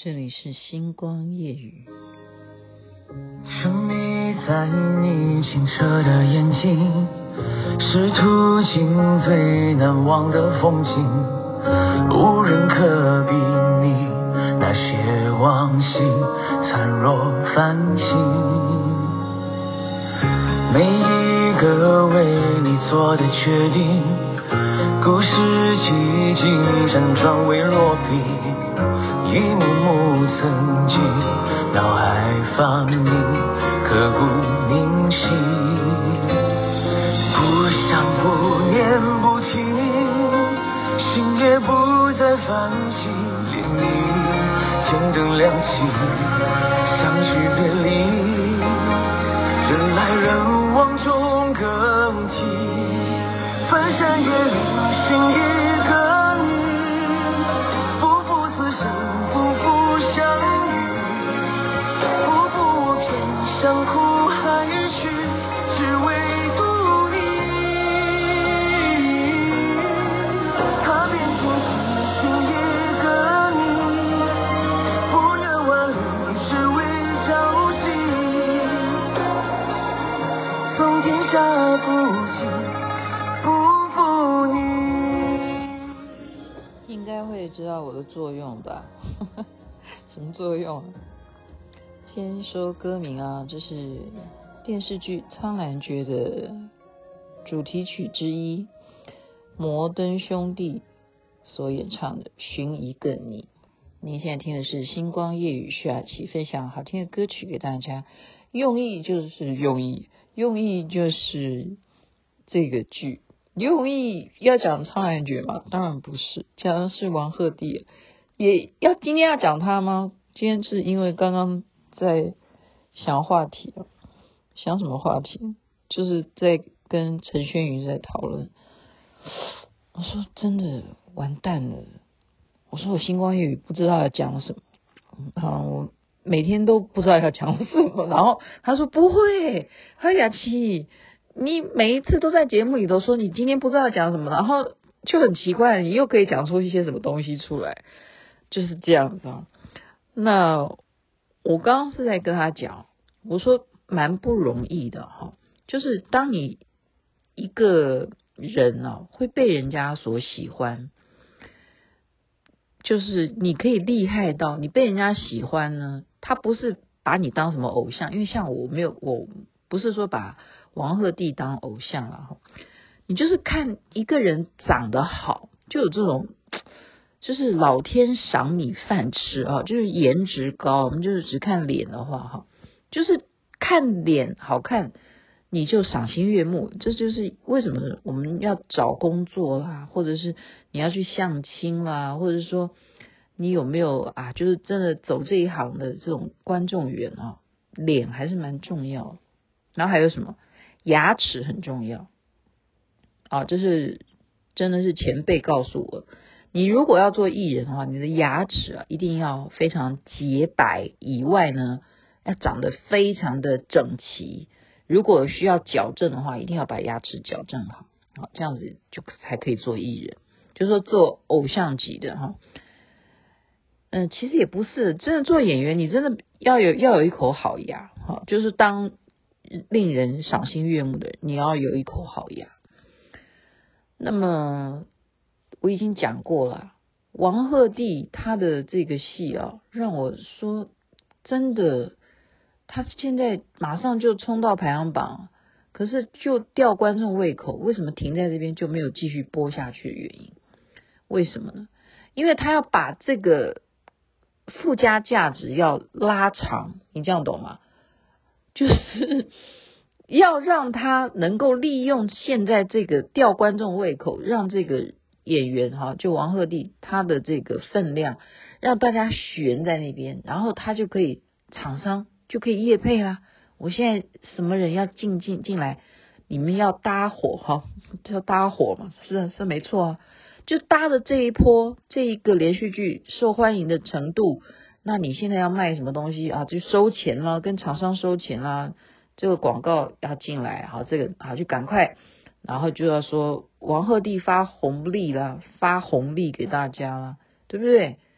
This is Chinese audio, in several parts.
这里是星光夜雨。 沉迷在你清澈的眼睛，是途经最难忘的风景，无人可比拟那些往昔灿若繁星。每一个为你做的决定，故事几经辗转未落笔，一幕幕曾经脑海放映，刻骨铭心。不想不念不听，心也不再泛起涟漪。天灯亮起，相聚别离，人来人往中更替。翻山越岭寻一个你，夫妇此生夫妇相遇，夫妇我偏向苦海去，只为独你。踏遍千山寻一个你，不远万里只为交集。从天下不尽应该会知道我的作用吧？什么作用？先说歌名啊，这是电视剧《苍兰诀》的主题曲之一，摩登兄弟所演唱的《寻一个你》。您现在听的是星光夜雨徐雅琪分享好听的歌曲给大家，用意就是用意就是这个剧。用意要讲苍兰诀吗？当然不是，讲的是王鹤棣。今天要讲他吗？今天是因为刚刚在想话题，想什么话题？就是在跟陈轩云在讨论。我说真的完蛋了，我说我星光夜语不知道要讲什么，我每天都不知道要讲什么。然后他说不会，他说雅琪，你每一次都在节目里头说你今天不知道讲什么，然后就很奇怪，你又可以讲出一些什么东西出来，就是这样子啊。那我刚刚是在跟他讲，我说蛮不容易的哈，就是当你一个人会被人家所喜欢，就是你可以厉害到你被人家喜欢呢，他不是把你当什么偶像，因为像我不是说把王鹤棣当偶像啦，你就是看一个人长得好，就有这种就是老天赏你饭吃啊，就是颜值高。我们就是只看脸的话哈，就是看脸好看你就赏心悦目。这就是为什么我们要找工作啦，或者是你要去相亲啦，或者说你有没有就是真的走这一行的这种观众缘啊，脸还是蛮重要的。然后还有什么牙齿很重要就是真的是前辈告诉我，你如果要做艺人的话，你的牙齿一定要非常洁白，以外呢要长得非常的整齐。如果需要矫正的话，一定要把牙齿矫正好，这样子就才可以做艺人，就是说做偶像级的其实也不是，真的做演员，你真的要有一口好牙，就是当令人赏心悦目的人，你要有一口好牙。那么我已经讲过了，王鹤棣他的这个戏让我说真的，他现在马上就冲到排行榜，可是就吊观众胃口，为什么停在这边就没有继续播下去的原因？为什么呢？因为他要把这个附加价值要拉长，你这样懂吗？就是要让他能够利用现在这个吊观众胃口，让这个演员就王鹤棣他的这个分量让大家悬在那边，然后他就可以厂商就可以业配啦。我现在什么人要进来，你们要搭伙叫搭伙嘛，是没错就搭的这一波这一个连续剧受欢迎的程度，那你现在要卖什么东西就收钱了，跟厂商收钱啦，这个广告要进来，这个就赶快，然后就要说王鹤棣发红利啦，发红利给大家啦，对不对？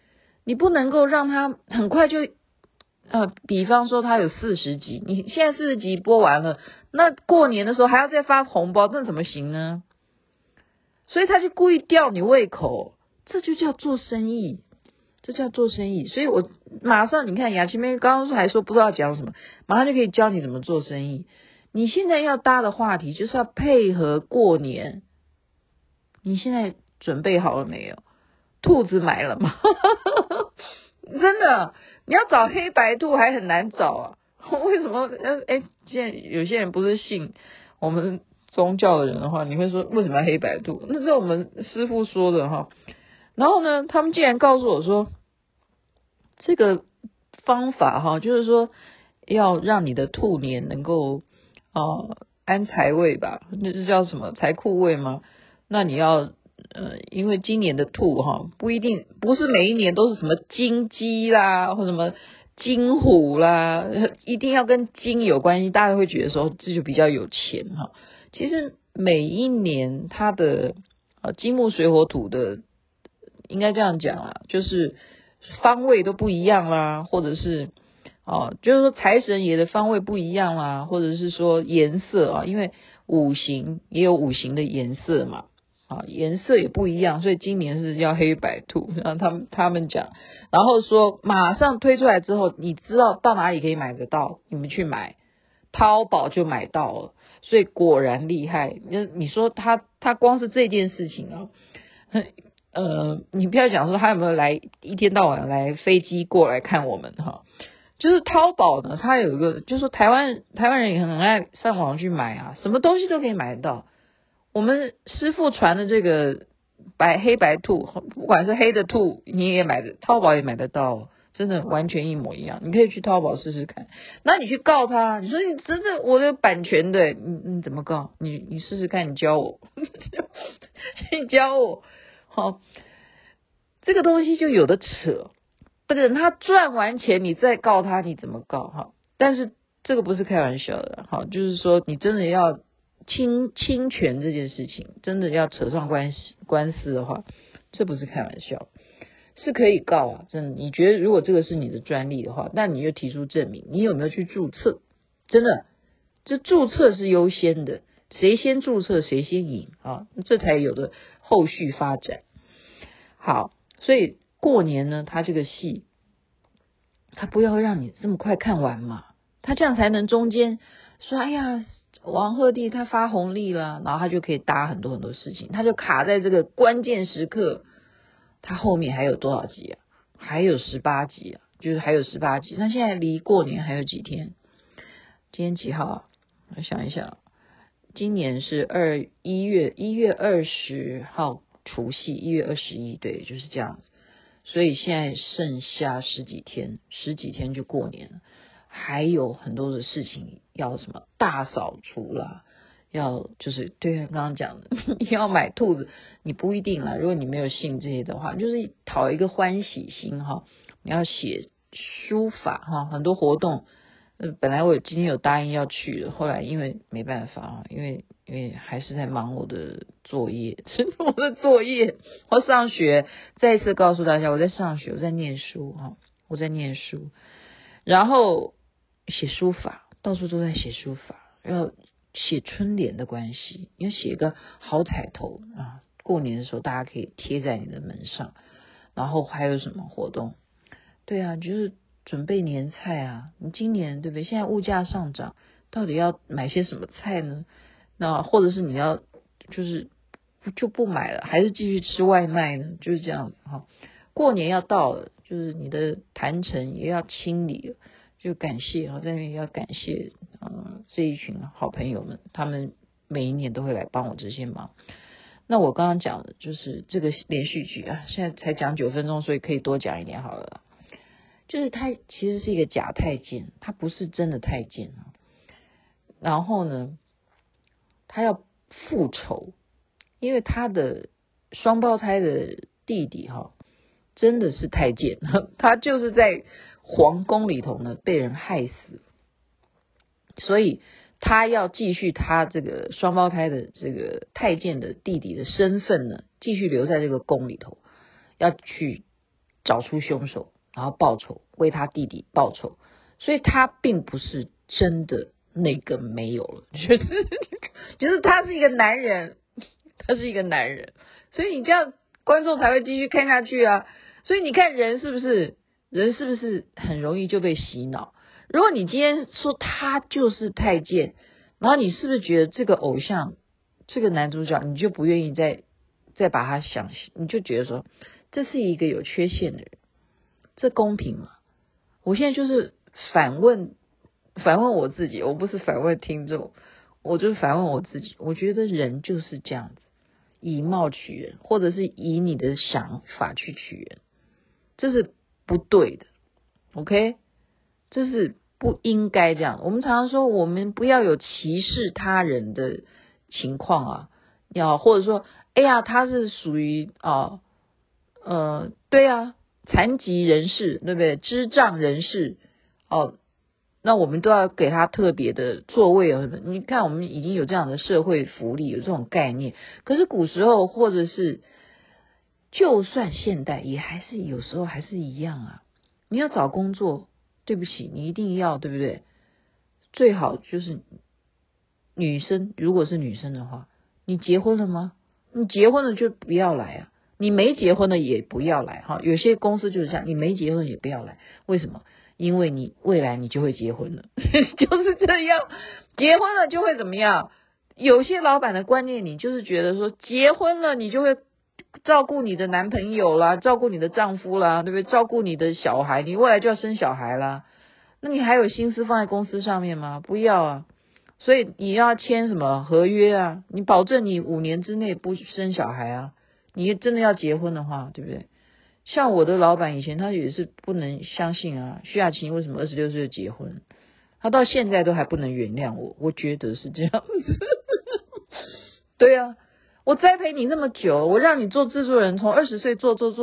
你不能够让他很快就比方说他有40集，你现在40集播完了，那过年的时候还要再发红包，那怎么行呢？所以他就故意吊你胃口，这就叫做生意，这叫做生意。所以我马上你看雅琪妹刚刚还说不知道讲什么，马上就可以教你怎么做生意。你现在要搭的话题就是要配合过年，你现在准备好了没有？兔子买了吗？真的，你要找黑白兔还很难找啊。为什么？现在有些人不是信我们宗教的人的话，你会说为什么要黑白兔？那是我们师父说的哈。然后呢，他们竟然告诉我说，这个方法哈，就是说要让你的兔年能够安财位吧，那是叫什么财库位吗？那你要因为今年的兔哈，不是每一年都是什么金鸡啦，或什么金虎啦，一定要跟金有关系，大家会觉得说这就比较有钱哈。其实每一年它的金木水火土的，应该这样讲啊，就是方位都不一样啦，或者是就是说财神爷的方位不一样啦，或者是说颜色啊，因为五行也有五行的颜色嘛，颜色也不一样，所以今年是叫黑白兔，让他们讲，然后说马上推出来之后，你知道到哪里可以买得到，你们去买，淘宝就买到了，所以果然厉害。你说他光是这件事情啊，你不要讲说他有没有来一天到晚来飞机过来看我们哈。就是淘宝呢，它有一个，就是说台湾人也很爱上网去买啊，什么东西都可以买得到。我们师父传的这个黑白兔，不管是黑的兔，你也淘宝也买得到，真的完全一模一样。你可以去淘宝试试看。那你去告他，你说你真的我的版权的，你怎么告？你试试看，你教我，你教我，好，这个东西就有的扯。等他赚完钱你再告他，你怎么告哈？但是这个不是开玩笑的哈，就是说你真的要侵权这件事情，真的要扯上官司的话，这不是开玩笑，是可以告啊！真的，你觉得如果这个是你的专利的话，那你就提出证明，你有没有去注册？真的，这注册是优先的，谁先注册谁先赢啊，这才有的后续发展。好，所以过年呢，他这个戏，他不要让你这么快看完嘛，他这样才能中间说，哎呀，王鹤棣他发红利了，然后他就可以搭很多很多事情，他就卡在这个关键时刻。他后面还有多少集啊？还有18集啊，就是还有18集。那现在离过年还有几天？今天几号啊？我想一想，今年是1月20号除夕，1月21，对，就是这样子。所以现在剩下十几天就过年了，还有很多的事情要什么大扫除啦，要就是对刚刚讲的，你要买兔子，你不一定啦，如果你没有信这些的话，就是讨一个欢喜心哈，你要写书法哈，很多活动。本来我今天有答应要去的，后来因为没办法啊，因为还是在忙我的作业，我上学。再一次告诉大家，我在上学，我在念书哈，我在念书，然后写书法，到处都在写书法，要写春联的关系，要写一个好彩头啊，过年的时候大家可以贴在你的门上。然后还有什么活动？对啊，就是准备年菜啊，你今年对不对？现在物价上涨，到底要买些什么菜呢？那或者是你要就是就不买了，还是继续吃外卖呢？就是这样子哈。过年要到了，就是你的坛城也要清理了，就感谢在那边要感谢这一群好朋友们，他们每一年都会来帮我这些忙。那我刚刚讲的就是这个连续剧啊，现在才讲9分钟，所以可以多讲一点好了。就是他其实是一个假太监，他不是真的太监啊。然后呢，他要复仇，因为他的双胞胎的弟弟真的是太监，他就是在皇宫里头呢被人害死，所以他要继续他这个双胞胎的这个太监的弟弟的身份呢，继续留在这个宫里头，要去找出凶手，然后报仇，为他弟弟报仇，所以他并不是真的那个没有了，就是他是一个男人，他是一个男人，所以你这样观众才会继续看下去啊。所以你看人是不是很容易就被洗脑？如果你今天说他就是太监，然后你是不是觉得这个偶像这个男主角你就不愿意再把他想，你就觉得说这是一个有缺陷的人，这公平吗？我现在就是反问我自己，我不是反问听众，我就是反问我自己。我觉得人就是这样子，以貌取人，或者是以你的想法去取人，这是不对的 OK， 这是不应该这样。我们常常说我们不要有歧视他人的情况啊，或者说哎呀他是属于对啊，残疾人士对不对，智障人士那我们都要给他特别的座位啊！你看我们已经有这样的社会福利，有这种概念，可是古时候或者是就算现代也还是有时候还是一样啊。你要找工作，对不起，你一定要对不对？最好就是女生，如果是女生的话，你结婚了吗？你结婚了就不要来啊，你没结婚的也不要来哈。有些公司就是这样，你没结婚也不要来，为什么？因为你未来你就会结婚了就是这样，结婚了就会怎么样？有些老板的观念，你就是觉得说结婚了你就会照顾你的男朋友啦，照顾你的丈夫啦，对不对？照顾你的小孩，你未来就要生小孩啦，那你还有心思放在公司上面吗？不要啊。所以你要签什么合约啊？你保证你5年之内不生小孩啊？你真的要结婚的话，对不对？像我的老板以前他也是不能相信啊，徐雅琴为什么26岁就结婚？他到现在都还不能原谅我，我觉得是这样子。对啊，我栽培你那么久，我让你做制作人，从20岁做到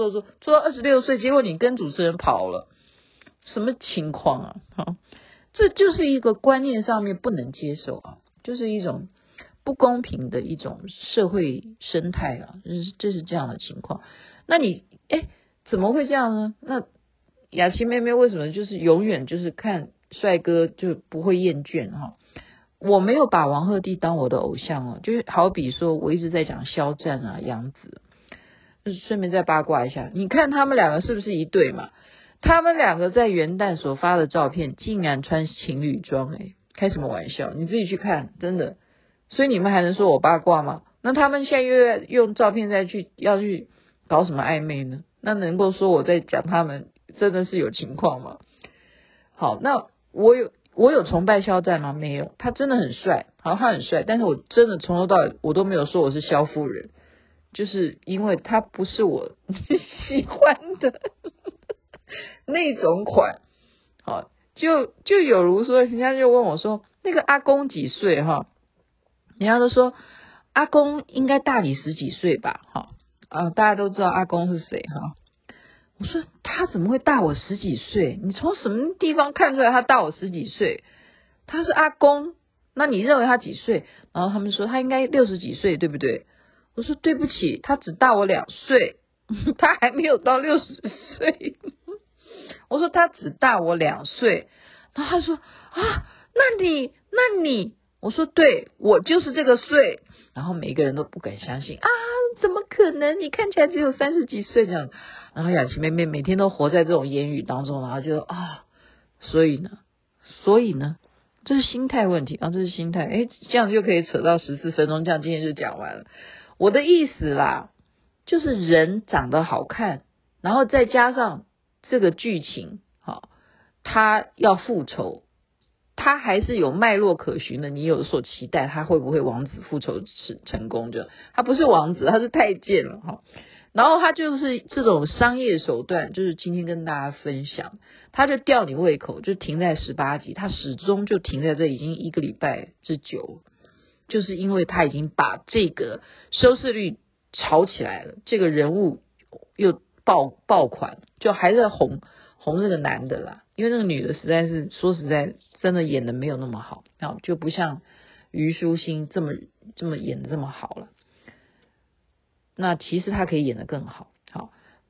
26岁，结果你跟主持人跑了，什么情况啊？这就是一个观念上面不能接受啊，就是一种不公平的一种社会生态啊，这是这样的情况。那你怎么会这样呢？那雅琪妹妹为什么就是永远就是看帅哥就不会厌倦哈？我没有把王鹤棣当我的偶像哦，就是好比说我一直在讲肖战啊、杨紫，就是顺便再八卦一下，你看他们两个是不是一对嘛？他们两个在元旦所发的照片竟然穿情侣装，开什么玩笑？你自己去看，真的。所以你们还能说我八卦吗？那他们现在又用照片要去搞什么暧昧呢？那能够说我在讲他们真的是有情况吗？好，那我有崇拜肖战吗？没有，他真的很帅，好，他很帅，但是我真的从头到尾我都没有说我是肖夫人，就是因为他不是我喜欢的那种款。好，就有如说，人家就问我说，那个阿公几岁哈？人家都说阿公应该大你10几岁吧？大家都知道阿公是谁哈？我说他怎么会大我10几岁？你从什么地方看出来他大我10几岁？他是阿公，那你认为他几岁？然后他们说他应该60几岁，对不对？我说对不起，他只大我2岁，他还没有到60岁。我说他只大我2岁，然后他说那你，我说对，我就是这个岁。然后每个人都不敢相信啊，怎么可能？你看起来只有30几岁这样。然后雅琪妹妹每天都活在这种言语当中，然后就所以呢，这是心态问题啊，这是心态。这样就可以扯到14分钟，这样今天就讲完了。我的意思啦，就是人长得好看，然后再加上这个剧情，他要复仇，他还是有脉络可循的。你有所期待，他会不会王子复仇成功？就他不是王子，他是太监了然后他就是这种商业手段，就是今天跟大家分享，他就吊你胃口，就停在18集，他始终就停在这已经1个礼拜之久，就是因为他已经把这个收视率炒起来了，这个人物又爆款，就还在红这个男的啦，因为那个女的实在是说实在真的演的没有那么好，就不像虞书欣这么演的这么好了。那其实他可以演得更好。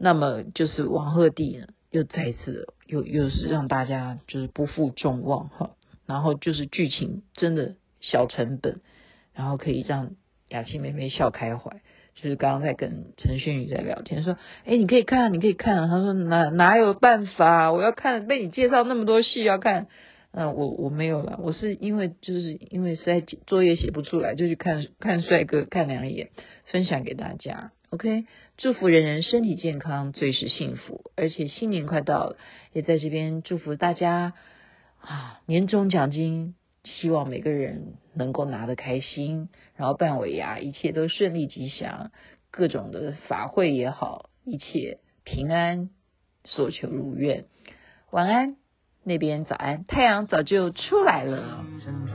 那么就是王鹤棣呢，又再次又是让大家就是不负众望哈，然后就是剧情真的小成本，然后可以让雅琪妹妹笑开怀。就是刚刚在跟陈轩宇在聊天，说，你可以看，你可以看。他说哪有办法，我要看，被你介绍那么多戏要看。我没有了，我是因为实在作业写不出来，就去看帅哥看2眼，分享给大家。OK， 祝福人人身体健康，最是幸福。而且新年快到了，也在这边祝福大家年终奖金。希望每个人能够拿得开心，然后办尾牙一切都顺利吉祥，各种的法会也好，一切平安，所求如愿。晚安，那边早安，太阳早就出来了。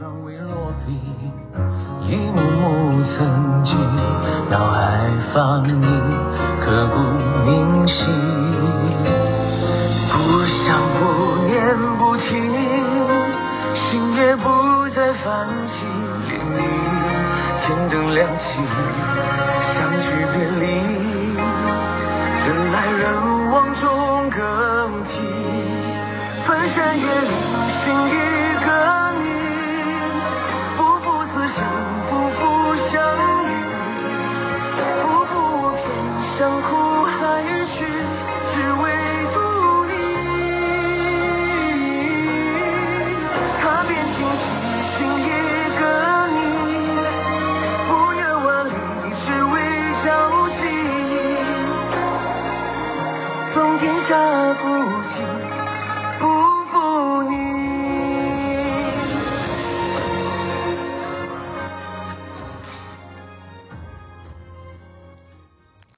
一幕幕曾经脑海放映，刻骨铭心，不想不念不听，心也不再泛起涟漪，天灯亮起，相聚别离，人来人往中更替，翻山越岭寻一个你，不负此生不负相遇，不负我偏向苦海去，只为独你。踏遍荆棘寻一个你，不远万里只为交集，纵天下孤寂。